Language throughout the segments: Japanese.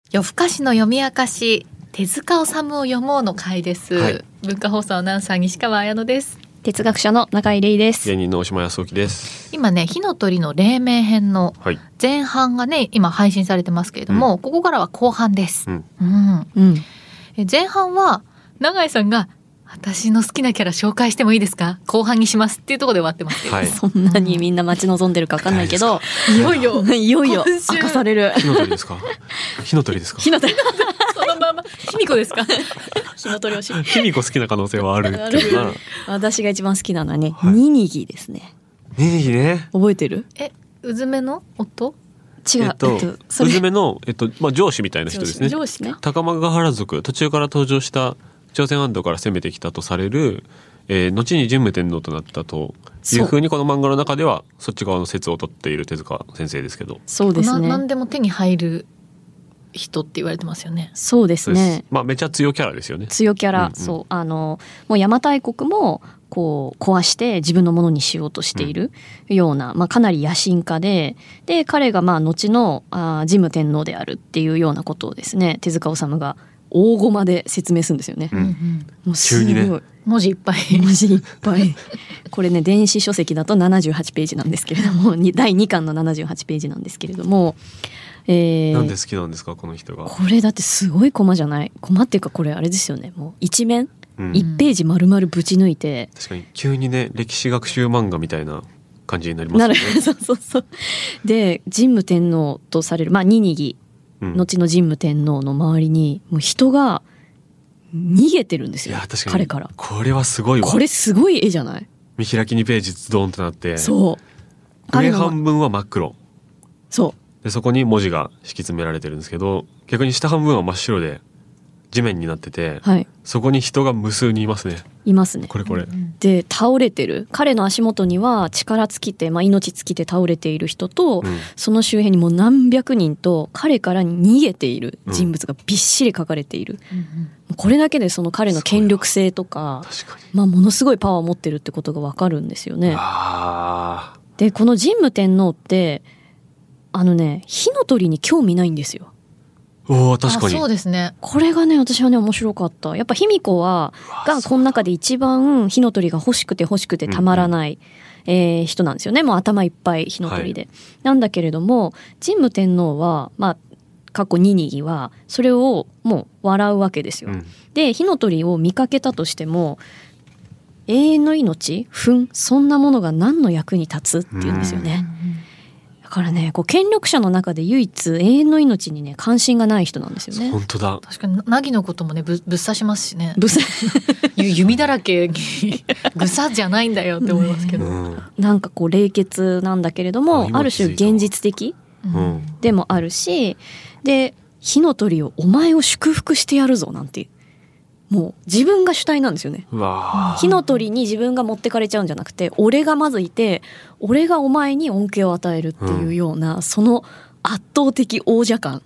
夜更かしの読み明かし、手塚治虫を読もうの回です、はい、文化放送アナウンサー西川彩乃です。 哲学者の中井玲衣です。 芸人の大島康之です。 今ね、火の鳥の黎明編の前半がね、今配信されてますけれども、ここからは後半です、前半は永井さんが私の好きなキャラ紹介してもいいですか、後半にしますっていうところで終わってますけど、 そんなにみんな待ち望んでるか分かんないけど、 いよいよ明かされる。 火の鳥ですか火の鳥ですか火の鳥そのまま卑弥呼ですか火の鳥を卑弥呼好きな可能性はあるけどな。 私が一番好きなのはね、ニニギですね。 ニニギね、 覚えてる？ うずめの夫？ 違う、 うずめの、上司みたいな人ですね。 上司ね。 高間ヶ原族、途中から登場した朝鮮半島から攻めてきたとされる、後に神武天皇となったというふうにこの漫画の中ではそっち側の説を取っている手塚先生ですけど、 そうですね。 何でも手に入る人って言われてますよね。 そうですね。 めっちゃ強キャラですよね。 強キャラ、そう、もう邪馬台国もこう壊して自分のものにしようとしているような、かなり野心家で、彼が後の神武天皇であるっていうようなことをですね、手塚治虫が大語まで説明するんですよね。もうすごい、 急にね、 文字いっぱいこれね、電子書籍だと78ページなんですけれども、第2巻の78ページなんですけれども、 なんで好きなんですかこの人が。 これだってすごいコマじゃない、コマっていうかこれあれですよね、もう一面、1ページ丸々ぶち抜いて、 確かに急にね、歴史学習漫画みたいな感じになりますよね。 そうで、神武天皇とされる、ニニギ、後の神武天皇の周りにもう人が逃げてるんですよ。 いや確かに彼から。 これはすごいわ。 これすごい絵じゃない？ 見開き2ページドーンとなって、 そう上半分は真っ黒、 そうでそこに文字が敷き詰められてるんですけど、逆に下半分は真っ白で地面になってて、そこに人が無数にいますね。 いますね。 これ、 で倒れてる、彼の足元には力尽きて、命尽きて倒れている人と、その周辺にもう何百人と彼から逃げている人物がびっしり書かれている、これだけでその彼の権力性とか、ものすごいパワーを持ってるってことが分かるんですよね。でこの神武天皇って火の鳥に興味ないんですよ。 確かに。 そうですね。 これがね、私はね面白かった。やっぱ卑弥呼がこの中で一番火の鳥が欲しくてたまらない、人なんですよね。もう頭いっぱい火の鳥で、なんだけれども神武天皇は過去ニニギはそれをもう笑うわけですよ、で火の鳥を見かけたとしても、永遠の命、そんなものが何の役に立つっていうんですよね。だからね、権力者の中で唯一永遠の命にね関心がない人なんですよね。 本当だ。 確かに凪のこともね、ぶっ刺しますしね。弓だらけにぐさじゃないんだよって思いますけど、 なんか冷血なんだけれども、ある種現実的でもあるし、で火の鳥をお前を祝福してやるぞなんて、もう自分が主体なんですよね。火の鳥に自分が持ってかれちゃうんじゃなくて、俺がまずいて、俺がお前に恩恵を与えるっていうような、その圧倒的王者感、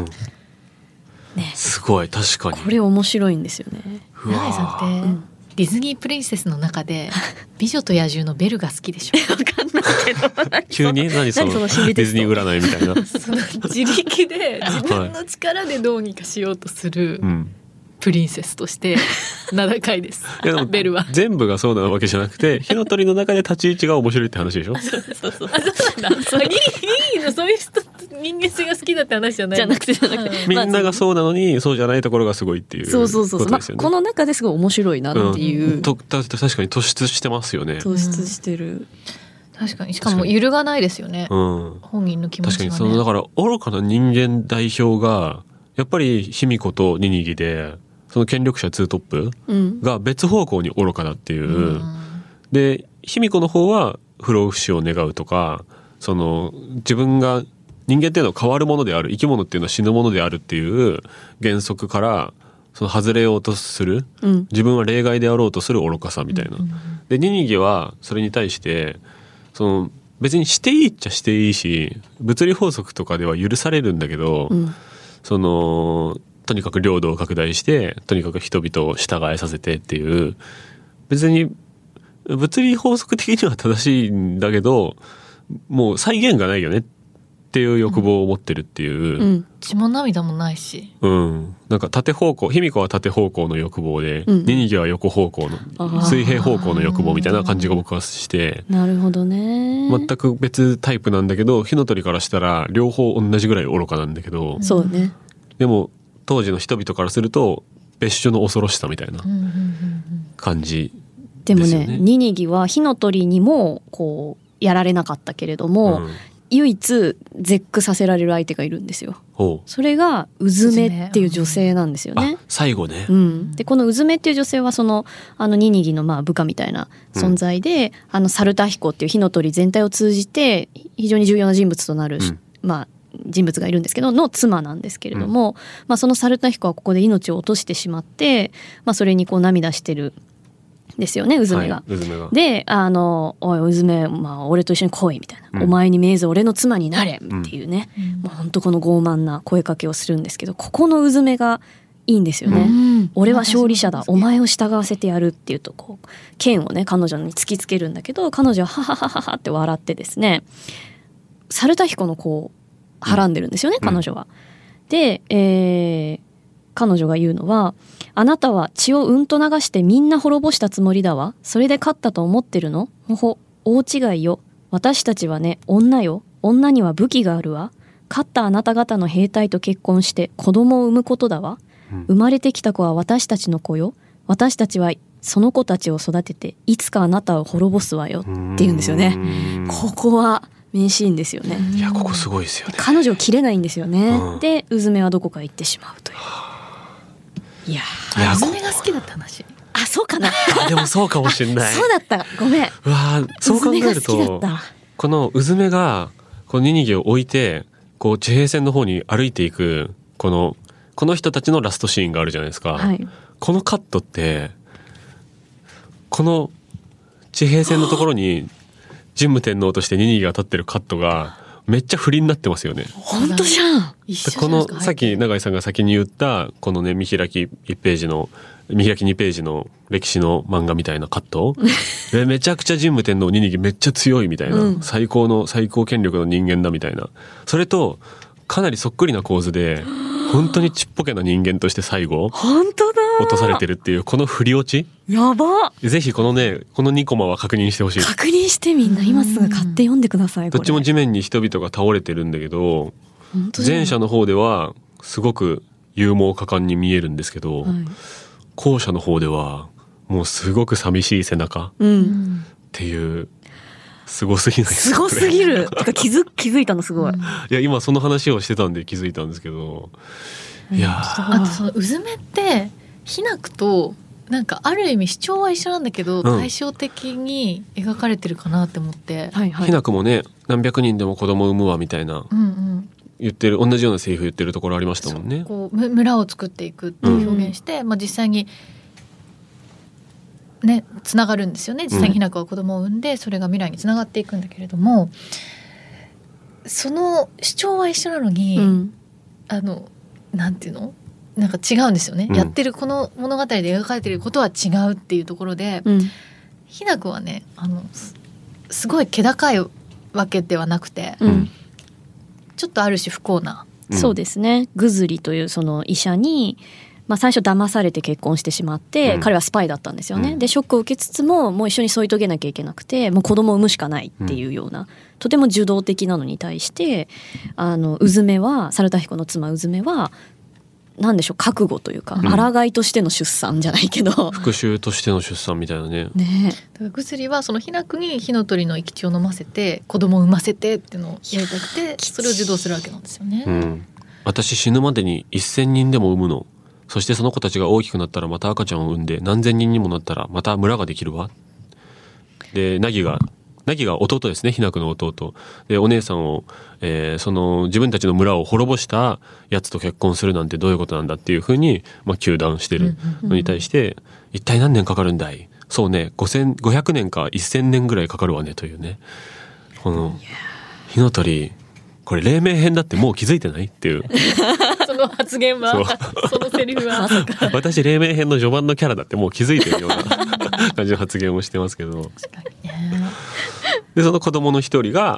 すごい。確かにこれ面白いんですよね。 永井さんって、ディズニープリンセスの中で美女と野獣のベルが好きでしょ。 わかんないけど急に何そのディズニー占いみたいなその自力で自分の力でどうにかしようとする、プリンセスとして名高いです。ベルは全部がそうなわけじゃなくて、火の鳥の中で立ち位置が面白いって話でしょ。 そういいの、そういう人人間性が好きだって話じゃない。 じゃなくてみんながそうなのにそうじゃないところがすごいっていうことですよね。 この中ですごい面白いなっていう、 確かに突出してますよね。 突出してる、 確かに。しかも揺るがないですよね、本人の気持ちがね。 確かにだから愚かな人間代表がやっぱり卑弥呼とニニギで、その権力者ツートップが別方向に愚かだっていう、で卑弥呼の方は不老不死を願うとか、その自分が人間っていうのは変わるものである、生き物っていうのは死ぬものであるっていう原則からその外れようとする、自分は例外であろうとする愚かさみたいな、でニニギはそれに対してその別にしていいっちゃしていいし、物理法則とかでは許されるんだけど、そのとにかく領土を拡大してとにかく人々を従えさせてっていう、別に物理法則的には正しいんだけどもう際限がないよねっっていう欲望を持ってるっていう、 血も涙もないし、 なんか縦方向、卑弥呼は縦方向の欲望で、ニニギは横方向の水平方向の欲望みたいな感じが僕はして、 なるほどね。 全く別タイプなんだけど、火の鳥からしたら両方同じぐらい愚かなんだけど、 そうね。 でも当時の人々からすると別種の恐ろしさみたいな感じでもね、ニニギは火の鳥にもこうやられなかったけれども、唯一絶句させられる相手がいるんですよ。それがうずめっていう女性なんですよね。 最後ね。 でこのうずめっていう女性はそのニニギのまあ部下みたいな存在で、猿田彦っていう火の鳥全体を通じて非常に重要な人物となる、まあ人物がいるんですけどの妻なんですけれども、その猿田彦はここで命を落としてしまって、それにこう涙してるですよね、うずめが。で、おいうずめ、俺と一緒に来いみたいな、お前に命ず俺の妻になれっていうね、もう本当この傲慢な声かけをするんですけど、ここのうずめがいいんですよね。俺は勝利者だ、お前を従わせてやるっていうと、こう剣をね彼女に突きつけるんだけど、彼女はハハハハハって笑ってですね、猿田彦のこうはらんでるんですよね、彼女は。で、彼女が言うのは、あなたは血をうんと流してみんな滅ぼしたつもりだわ。それで勝ったと思ってるの？ほほ、大違いよ。私たちはね、女よ。女には武器があるわ。勝ったあなた方の兵隊と結婚して子供を産むことだわ。生まれてきた子は私たちの子よ。私たちはその子たちを育てていつかあなたを滅ぼすわよって言うんですよね。ここは名シーンですよね。 いや、ここすごいですよね。 彼女を切れないんですよね。で、うずめはどこか行ってしまうという。いやうずめが好きだった話。 あ、そうかな。 でもそうかもしれない。 そうだった。ごめん。 そう考えると、このうずめがこのニニギを置いてこう地平線の方に歩いていくこの人たちのラストシーンがあるじゃないですか。このカットってこの地平線のところに神武天皇としてニニギが立ってるカットがめっちゃ振りになってますよね。 本当じゃん。 このさっき永井さんが先に言ったこのね、見開き2ページの歴史の漫画みたいなカットめちゃくちゃ神武天皇ニニギめっちゃ強いみたいな、最高権力の人間だみたいな、それとかなりそっくりな構図で本当にちっぽけな人間として最後本当だ落とされてるっていうこの振り落ち、 やば。 ぜひこの2コマは確認してほしい。 確認して、みんな今すぐ買って読んでください。 どっちも地面に人々が倒れてるんだけど、前者の方ではすごく勇猛果敢に見えるんですけど、後者の方ではもうすごく寂しい背中っていう、すごすぎないですか？ すごすぎる。てか気づいたのすごい。 いや、今その話をしてたんで気づいたんですけど、いや、 あとそのうずめってひなくとなんかある意味主張は一緒なんだけど、対照的に描かれてるかなって思って、 ひなくもね、何百人でも子供を産むわみたいな、言ってる、同じようなセリフ言ってるところありましたもんね。 こう村を作っていくっていう表現して、実際にねつながるんですよね。実際にひなくは子供を産んで、それが未来につながっていくんだけれども、その主張は一緒なのに、なんていうの、なんか違うんですよね。やってるこの物語で描かれていることは違うっていうところで、ひなくはね、すごい気高いわけではなくて、ちょっとある種不幸な、 そうですね。グズリというその医者に、最初騙されて結婚してしまって、彼はスパイだったんですよね。でショックを受けつつも、もう一緒に添い遂げなきゃいけなくて、もう子供を産むしかないっていうような、とても受動的なのに対して、うずめは、猿田彦の妻うずめはなんでしょう、覚悟というか、抗いとしての出産じゃないけど、 復讐としての出産みたいなね。 だからグズリはそのひなくに火の鳥の生き血を飲ませて子供を産ませてっていうのをやりたくて、それを受動するわけなんですよね。 私死ぬまでに1000人でも産むの。そしてその子たちが大きくなったらまた赤ちゃんを産んで、何千人にもなったらまた村ができるわ。でナギが弟ですね、ひなくの弟で、お姉さんを、その自分たちの村を滅ぼしたやつと結婚するなんてどういうことなんだっていうふうに、糾弾してるのに対して、一体何年かかるんだい。そうね、500年か1000年ぐらいかかるわねというね。この火の鳥、これ黎明編だってもう気づいてないっていうその発言は、そのセリフは私黎明編の序盤のキャラだってもう気づいてるような感じの発言をしてますけど、でその子供の一人が、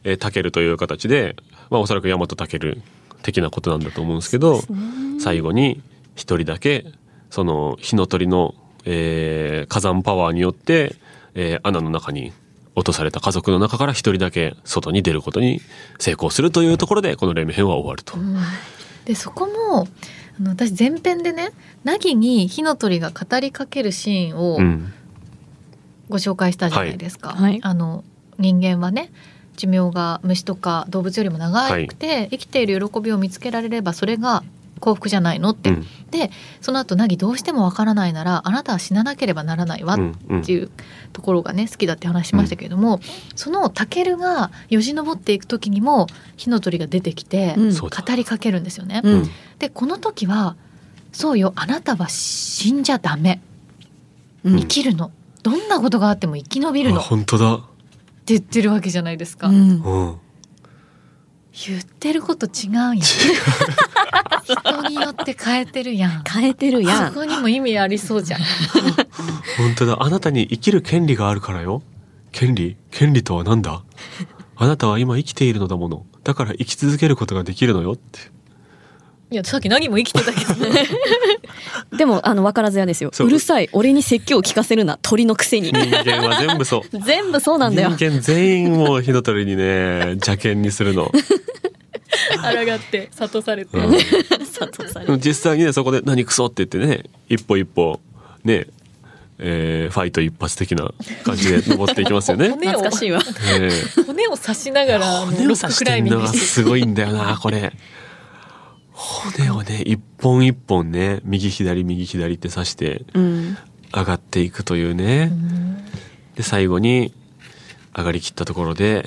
タケルという形で、おそらく大和タケル的なことなんだと思うんですけど、最後に一人だけその火の鳥の、火山パワーによって、穴の中に落とされた家族の中から一人だけ外に出ることに成功するというところでこの黎明編は終わると。 でそこも私前編でね、凪に火の鳥が語りかけるシーンをご紹介したじゃないですか、 はい、 人間はね、寿命が虫とか動物よりも長くて、はい、生きている喜びを見つけられればそれが幸福じゃないのって、でその後凪どうしてもわからないならあなたは死ななければならないわっていうところがね好きだって話しましたけれども、そのタケルがよじ登っていく時にも火の鳥が出てきて語りかけるんですよね、でこの時はそうよ、あなたは死んじゃダメ、生きるの、どんなことがあっても生き延びるの、 本当だって言ってるわけじゃないですか、言ってること違うやん人によって変えてるやんそこにも意味ありそうじゃん本当だ、あなたに生きる権利があるからよ。権利とは何だあなたは今生きているのだもの、だから生き続けることができるのよって。 いやさっき何も生きてたけどねでも分からずやですよ。うるさい、俺に説教を聞かせるな、鳥のくせに。 人間は全部そう全部そうなんだよ。 人間全員を火の鳥にね邪険にするの抗って諭されて、 諭されて実際にねそこで何クソって言ってね一歩一歩ね、ファイト一発的な感じで登っていきますよね懐かしいわ、 骨を刺しながら骨を刺してるのがすごいんだよなこれ。骨をね一本一本ね右左って刺して上がっていくというね、で最後に上がりきったところで、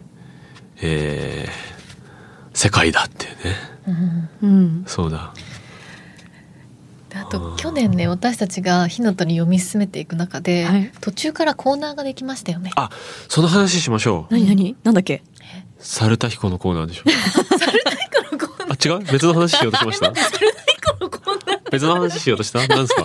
世界だっていうね、そうだ。 あと去年ね私たちが火の鳥読み進めていく中で、はい、途中からコーナーができましたよね。 あ、その話しましょう。 なんだっけ。 猿田彦のコーナーでしょ猿田彦のコーナー。 あ、違う、別の話しようとしました猿田彦のコーナー別の話しようとした。何ですか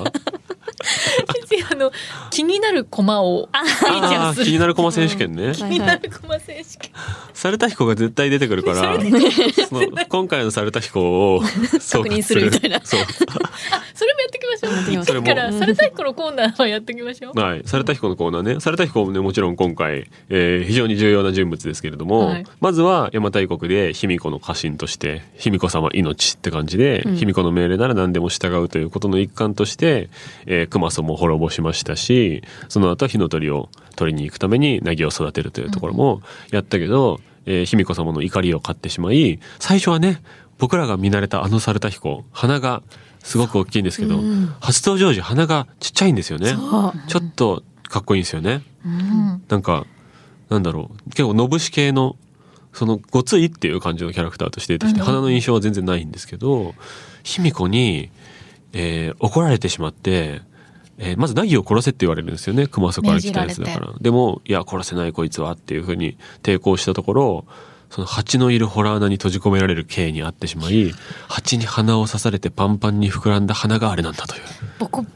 気になるコマを気になるコマ選手権ね、 気になるコマ選手権、 猿田彦が絶対出てくるから今回の猿田彦を確認するみたいなそれもやっていきましょう。だから猿田彦のコーナーはやっていきましょう。 はい、猿田彦のコーナーね。猿田彦もねもちろん今回、非常に重要な人物ですけれども、はい、まずは邪馬台国で卑弥呼の家臣として卑弥呼様命って感じで、卑弥呼の命令なら何でも従うということの一環として、熊祖も滅ぼしましたし、その後火の鳥を取りに行くために凪を育てるというところもやったけど、卑弥呼様の怒りを買ってしまい、最初はね僕らが見慣れたあの猿田彦、鼻がすごく大きいんですけど、初登場時鼻がちっちゃいんですよね。ちょっとかっこいいんですよね、なんかなんだろう、結構のぶし系のそのごついっていう感じのキャラクターとして出てきて、鼻の印象は全然ないんですけど、卑弥呼に、怒られてしまって、まず凪を殺せって言われるんですよね。熊祖から来たやつだから。でもいや殺せないこいつはっていう風に抵抗したところ、その蜂のいるホラー穴に閉じ込められる刑にあってしまい、蜂に鼻を刺されてパンパンに膨らんだ鼻があれなんだという。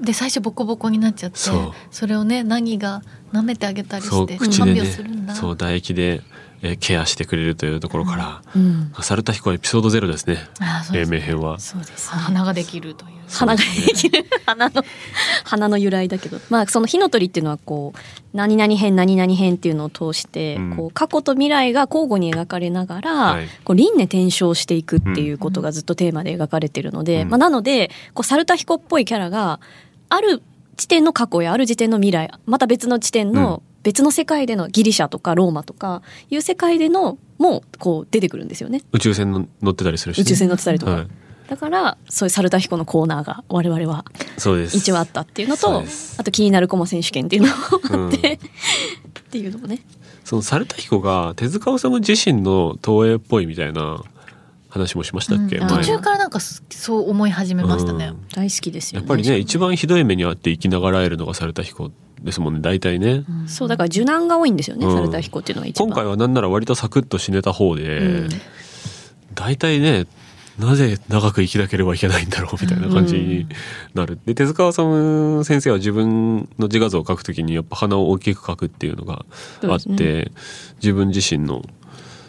で最初ボコボコになっちゃって、それをね凪が舐めてあげたりして口でね、そう唾液でケアしてくれるというところから、猿田彦エピソード0ですね。黎明編はそうです。鼻ができるという、 鼻ができる鼻の由来だけど、まあその火の鳥っていうのはこう何々編何々編っていうのを通して、こう過去と未来が交互に描かれながら、こう輪廻転生していくっていうことがずっとテーマで描かれてるので、なのでこう猿田彦っぽいキャラがある地点の過去やある時点の未来、また別の地点の別の世界でのギリシャとかローマとかいう世界でのもこう出てくるんですよね。 宇宙船乗ってたりするし、ね、 宇宙船乗ってたりとか、だからそういう猿田彦のコーナーが我々は一応あったっていうのと、あと気になるコマ選手権っていうのをあって、っていうのもね、 その猿田彦が手塚治虫自身の投影っぽいみたいな話もしましたっけ、 途中からなんかそう思い始めましたね、 大好きですよね。 やっぱりね一番ひどい目にあって生きながらえるのが猿田彦ですもんね、大体ね、 そうだから受難が多いんですよね、猿田彦っていうのが一番。 今回はなんなら割とサクッと死ねた方で、大体ねなぜ長く生きなければいけないんだろうみたいな感じになる。で手塚治虫先生は自分の自画像を描くときにやっぱ鼻を大きく描くっていうのがあって、自分自身の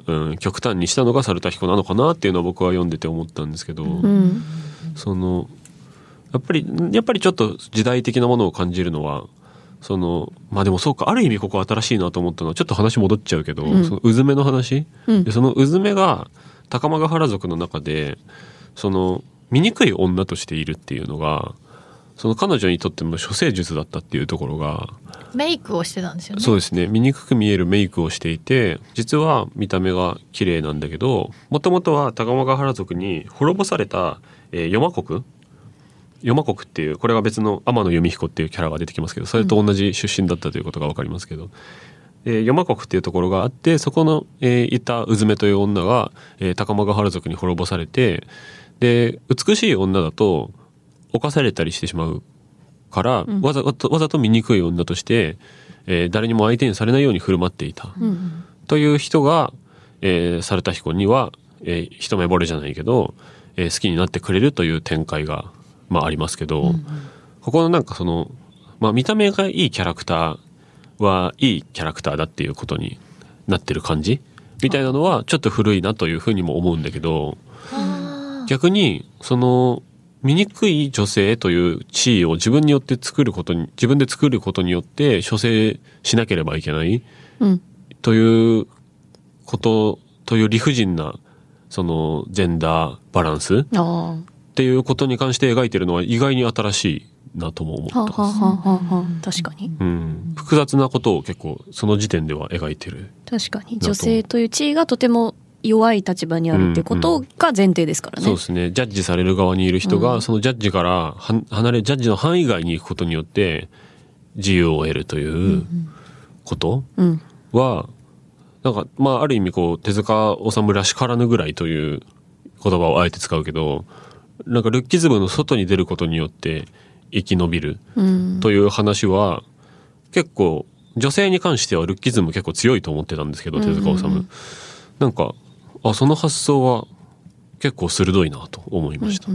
極端にしたのが猿田彦なのかなっていうのは僕は読んでて思ったんですけど、そのやっぱりちょっと時代的なものを感じるのはまあでもそうか、ある意味ここ新しいなと思ったのはちょっと話戻っちゃうけど、そのうずめの話、でそのうずめが高間ヶ原族の中で醜い女としているっていうのが彼女にとっての処世術だったっていうところが、 メイクをしてたんですよね。 そうですね、醜く見えるメイクをしていて、実は見た目が綺麗なんだけど、もともとは高間ヶ原族に滅ぼされた、与馬国っていう、これが別の天野弓彦っていうキャラが出てきますけど、それと同じ出身だったということが分かりますけど、与馬国っていうところがあって、そこの、いたうずめという女が、高間ヶ原族に滅ぼされて、で美しい女だと侵されたりしてしまうから、わざと醜い女として、誰にも相手にされないように振る舞っていた、という人が、猿田彦には、一目惚れじゃないけど、好きになってくれるという展開が、まあ、ありますけど、ここのなんかまあ、見た目がいいキャラクターはいいキャラクターだっていうことになってる感じみたいなのはちょっと古いなというふうにも思うんだけど、逆に醜い女性という地位を自分で作ることによって処世しなければいけない、ということという理不尽なジェンダーバランスっていうことに関して描いてるのは意外に新しいなとも思ったんです。確かに、 複雑なことを結構その時点では描いてる。 確かに女性という地位がとても弱い立場にあるってことが前提ですからね。 そうですね。ジャッジされる側にいる人が、そのジャッジから離れ、ジャッジの範囲外に行くことによって自由を得るということは、なんかまあある意味手塚治虫らしからぬぐらいという言葉をあえて使うけど、なんかルッキズムの外に出ることによって生き延びるという話は、結構女性に関してはルッキズム結構強いと思ってたんですけど、手塚治虫、なんかその発想は結構鋭いなと思いました。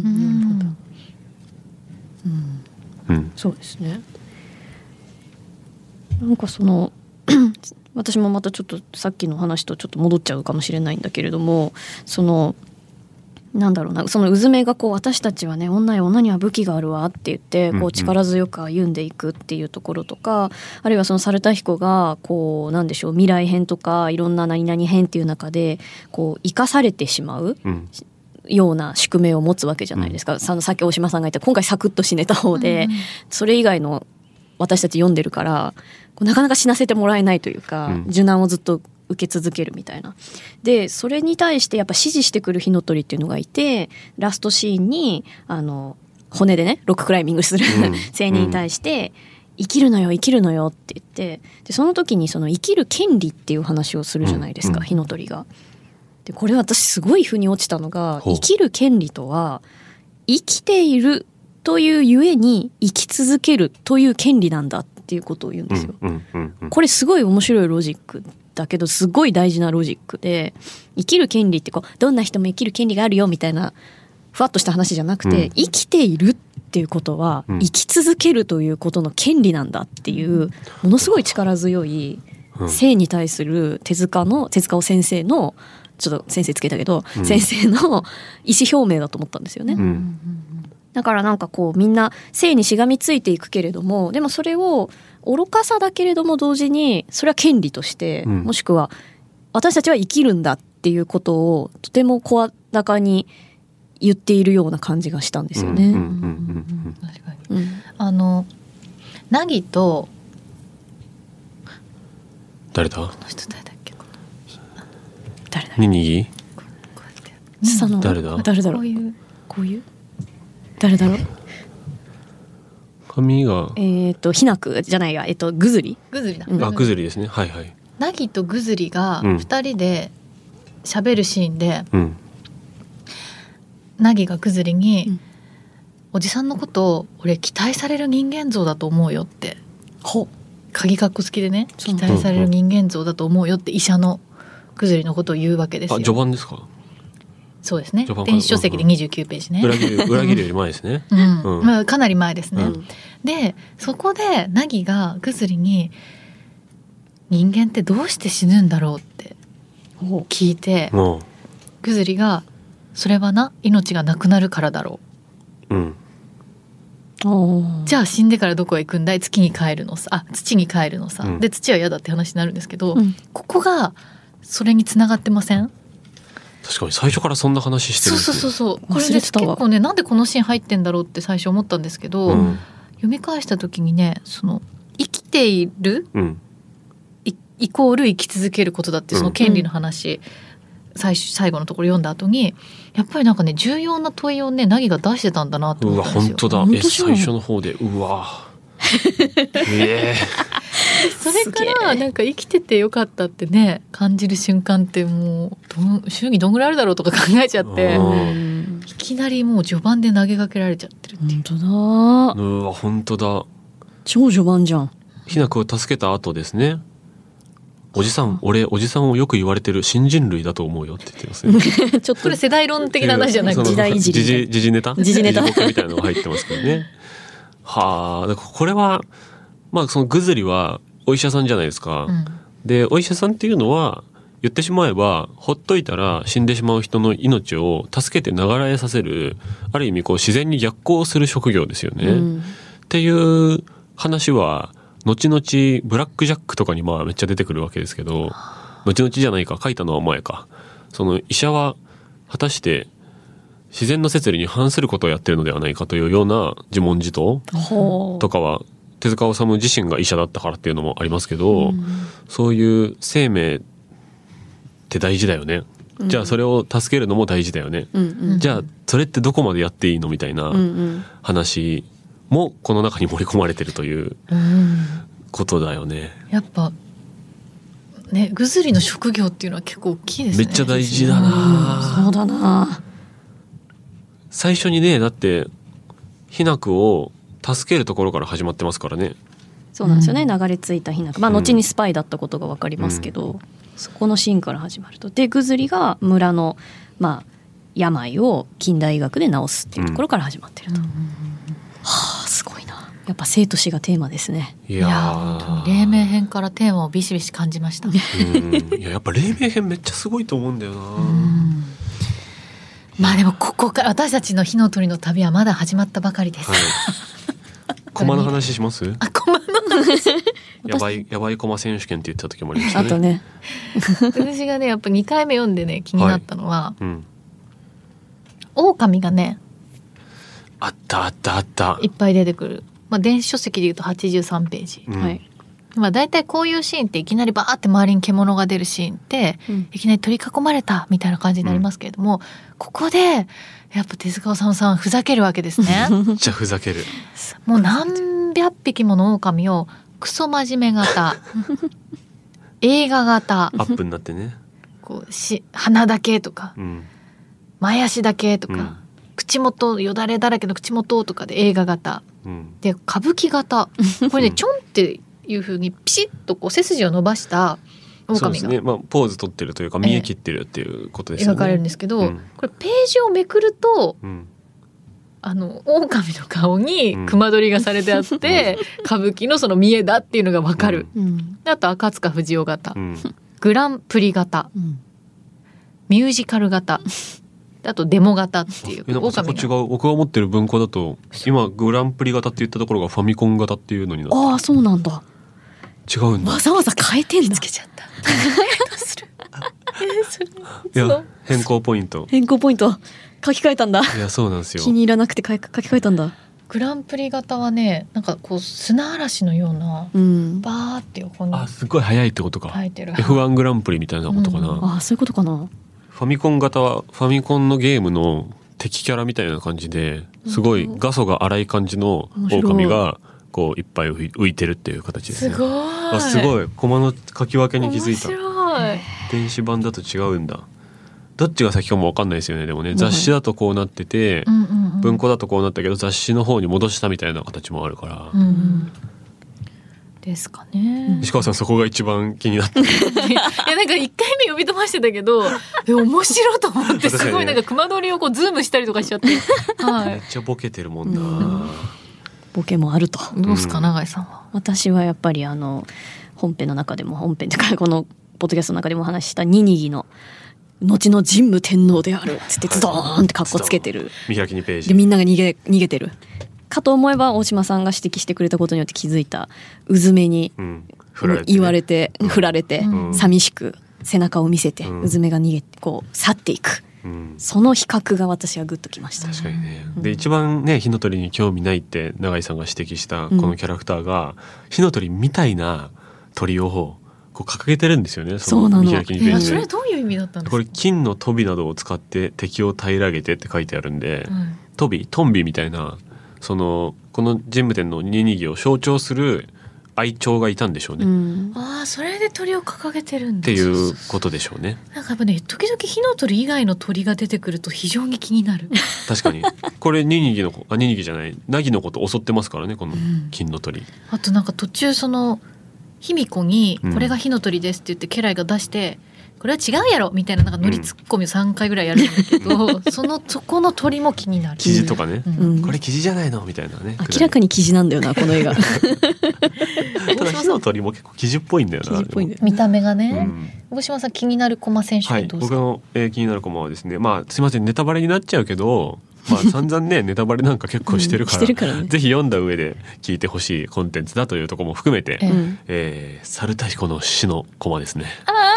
そうですね。なんか私もまたちょっとさっきの話とちょっと戻っちゃうかもしれないんだけれども、なんだろうな、そのうずめが私たちはね、女には武器があるわって言って力強く歩んでいくっていうところとか、あるいは猿田彦がなんでしょう、未来編とかいろんな何々編っていう中で生かされてしまうような宿命を持つわけじゃないですか。さっき大島さんが言った今回サクッと死ねた方で、それ以外の私たち読んでるからなかなか死なせてもらえないというか、受難をずっと受け続けるみたいな。でそれに対してやっぱ支持してくる火の鳥っていうのがいて、ラストシーンに骨でねロッククライミングする、青年に対して生きるのよって言って、でその時に生きる権利っていう話をするじゃないですか、火の鳥が。でこれ私すごい腑に落ちたのが、生きる権利とは生きているというゆえに生き続けるという権利なんだっていうことを言うんですよ。これすごい面白いロジックだけど、すごい大事なロジックで、生きる権利ってどんな人も生きる権利があるよみたいなふわっとした話じゃなくて、生きているっていうことは生き続けるということの権利なんだっていう、ものすごい力強い生に対する手塚治先生の、ちょっと先生つけたけど、先生の意思表明だと思ったんですよね。だからなんかみんな生にしがみついていくけれども、でもそれを愚かさだけれども同時にそれは権利として、もしくは私たちは生きるんだっていうことをとても声高に言っているような感じがしたんですよね。 確かに。凪と誰だ？ この人誰だっけ？ 誰だ？ ニニギ？ 誰だろう？こういう誰だろう？ 髪がひなくじゃないや、ぐずりだ。 ぐずりですね。はいはい。 凪とぐずりが2人で喋るシーンで、凪がぐずりに、おじさんのことを俺期待される人間像だと思うよって、鍵かっこつきでね、期待される人間像だと思うよって医者のぐずりのことを言うわけですよ。 序盤ですか？ そうですね。電子書籍で29ページね。 裏切るより前ですね。 まあ、かなり前ですね。でそこで凪がぐずりに、人間ってどうして死ぬんだろうって聞いて、ぐずりがそれはな命がなくなるからだろう、じゃあ死んでからどこへ行くんだい、土に帰るのさ、で土は嫌だって話になるんですけど、ここがそれにつながってません？ 確かに最初からそんな話してるんですね。 そうこれで結構ね、なんでこのシーン入ってんだろうって最初思ったんですけど、読み返した時にね、その生きている、イコール生き続けることだってその権利の話、最後のところ読んだ後にやっぱりなんかね重要な問いをね凪が出してたんだなって思ったんですよ。 うわ本当だ。最初の方でそれからなんか生きててよかったってね感じる瞬間ってもう周期どんぐらいあるだろうとか考えちゃっていきなりもう序盤で投げかけられちゃってるっていう。 本当だ。 超序盤じゃん。 ひなくを助けた後ですね。おじさんをよく言われてる新人類だと思うよって言ってますね。 ちょっとこれ世代論的な話じゃない時代いじり時事ネタみたいなのが入ってますけどね。はあ、これはまあそのぐずりはお医者さんじゃないですか、でお医者さんっていうのは言ってしまえばほっといたら死んでしまう人の命を助けて流らえさせる、ある意味こう自然に逆行する職業ですよね、っていう話は後々ブラックジャックとかにまあめっちゃ出てくるわけですけど、後々じゃないか、書いたのは前か。その医者は果たして自然の摂理に反することをやってるのではないかというような自問自答とかは手塚治虫自身が医者だったからっていうのもありますけど、そういう生命って大事だよね、じゃあそれを助けるのも大事だよね、じゃあそれってどこまでやっていいのみたいな話もこの中に盛り込まれてるということだよね。 やっぱね、ぐずりの職業っていうのは結構大きいですね。 めっちゃ大事だな、 そうだな。 最初にね、だってひなくを助けるところから始まってますからね。 そうなんですよね、流れ着いたひなく、まあ後にスパイだったことが分かりますけど、そこのシーンから始まると、でぐずりが村のまあ病を近代医学で治すっていうところから始まってると、はあ、すごいな。やっぱ生と死がテーマですね。 いや本当に黎明編からテーマをビシビシ感じましたいややっぱ黎明編めっちゃすごいと思うんだよな。 まあでもここから私たちの火の鳥の旅はまだ始まったばかりです、 コマの話します？ コマの話やばいコマ選手権って言った時もありましたね。 あとね私がねやっぱ2回目読んでね気になったのは、狼がねあったいっぱい出てくる、まあ、電子書籍でいうと83ページ、まあ、大体こういうシーンっていきなりバーって周りに獣が出るシーンって、いきなり取り囲まれたみたいな感じになりますけれども、ここでやっぱ手塚治虫さんふざけるわけですね。 めっちゃふざける。 もう何百匹もの狼をクソ真面目型映画型アップになってね、 こう鼻だけとか、前足だけとか、口元よだれだらけの口元とかで映画型、で歌舞伎型これねちょんっていう風にピシッとこう背筋を伸ばした狼がそうですね、まあ、ポーズ取ってるというか見え切ってるっていうことですよね、 描かれるんですけど、これページをめくると、狼の顔に熊取りがされてあって、歌舞伎のその見えだっていうのが分かる、あと赤塚不二夫型、グランプリ型、ミュージカル型、あとデモ型っていうなんかそこ違う。僕が思ってる文庫だと今グランプリ型って言ったところがファミコン型っていうのになって。 ああそうなんだ。 違うんだ。 わざわざ変えてんだ。 つけちゃった。どうするいや変更ポイント書き換えたんだ。 いやそうなんですよ。 気に入らなくて書き換えたんだ。 グランプリ型はねなんかこう砂嵐のような、バーって横にすごい速いってことか。 F1 グランプリみたいなことかな、 そういうことかな。 ファミコン型はファミコンのゲームの敵キャラみたいな感じですごい画素が荒い感じの狼がこういっぱい浮いてるっていう形ですね。すごいコマの書き分けに気づいた。 面白い。 電子版だと違うんだ。どっちが先かも分かんないですよね。でもね雑誌だとこうなってて、文庫だとこうなったけど雑誌の方に戻したみたいな形もあるから、 ですかね。 石川さんそこが一番気になっていやなんか1回目呼び飛ばしてたけど面白いと思ってすごいなんか熊取りをこうズームしたりとかしちゃって、めっちゃボケてるもんな、 ボケもあると。 どうですか永井さんは。 私はやっぱり本編の中でも本編というかこのポッドキャストの中でもお話ししたニニギの後の神武天皇であるっつってズドーンってカッコつけてる、 見開き2ページでみんなが逃げてるかと思えば、大島さんが指摘してくれたことによって気づいたうずめに言われて、振られて、寂しく背中を見せて、うずめが逃げてこう去っていく、その比較が私はグッときました。 確かにね。で一番ね火の鳥に興味ないって永井さんが指摘したこのキャラクターが、火の鳥みたいな鳥をこう掲げてるんですよね。 その見開き2ページで。それどういう意味だったんですか。 これ金の飛びなどを使って敵を平らげてって書いてあるんで、トンビみたいなこの神武天皇ニニギを象徴する愛鳥がいたんでしょうね。 ああ、それで鳥を掲げてるんだっていうことでしょうね。 なんかやっぱね、時々火の鳥以外の鳥が出てくると非常に気になる。 確かにこれニニギじゃないナギのこと襲ってますからね、この金の鳥。 あとなんか途中卑弥呼にこれが火の鳥ですって言って家来が出して、これは違うやろみたいな、なんか乗りツッコミを3回ぐらいやるんだけど、そこの鳥も気になる。 キジとかね、これキジじゃないのみたいなね。 明らかにキジなんだよなこの映画。 ただ火の鳥も結構キジっぽいんだよな。 見た目がね。大島さん気になるコマ選手権どうですか。 僕の、気になるコマはですね、すいませんネタバレになっちゃうけど、散々ねネタバレなんか結構してるから、ね、ぜひ読んだ上で聞いてほしいコンテンツだというところも含めて、猿田彦の死のコマですね。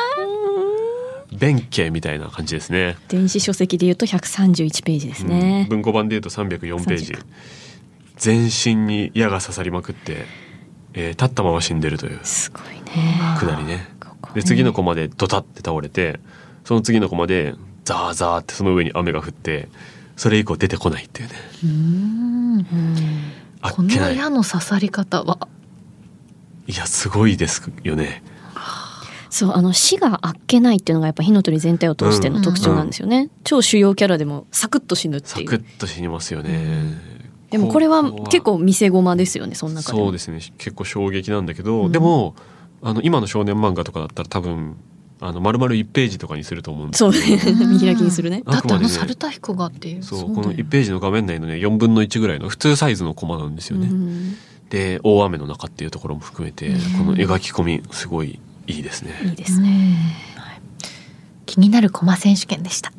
弁慶みたいな感じですね。 電子書籍でいうと131ページですね。 文庫版でいうと304ページ。全身に矢が刺さりまくって、立ったまま死んでるというすごいねくだりね。で次のコマでドタって倒れて、その次のコマでザーザーってその上に雨が降って、それ以降出てこないっていうね。 この矢の刺さり方いやすごいですよね。 そう死があっけないっていうのがやっぱ火の鳥全体を通しての特徴なんですよね。超主要キャラでもサクッと死ぬっていう。 サクッと死にますよね。 でもこれは結構見せ駒ですよね、その中で。 そうですね、結構衝撃なんだけど、でも今の少年漫画とかだったら多分丸々1ページとかにすると思うんですけど、 そうね見開きにするね。 だって猿田彦がっていう、 そうこの1ページの画面内のね4分の1ぐらいの普通サイズのコマなんですよね。で大雨の中っていうところも含めて、この描き込みすごいいいですね。 いいですね。 気になるコマ選手権でした。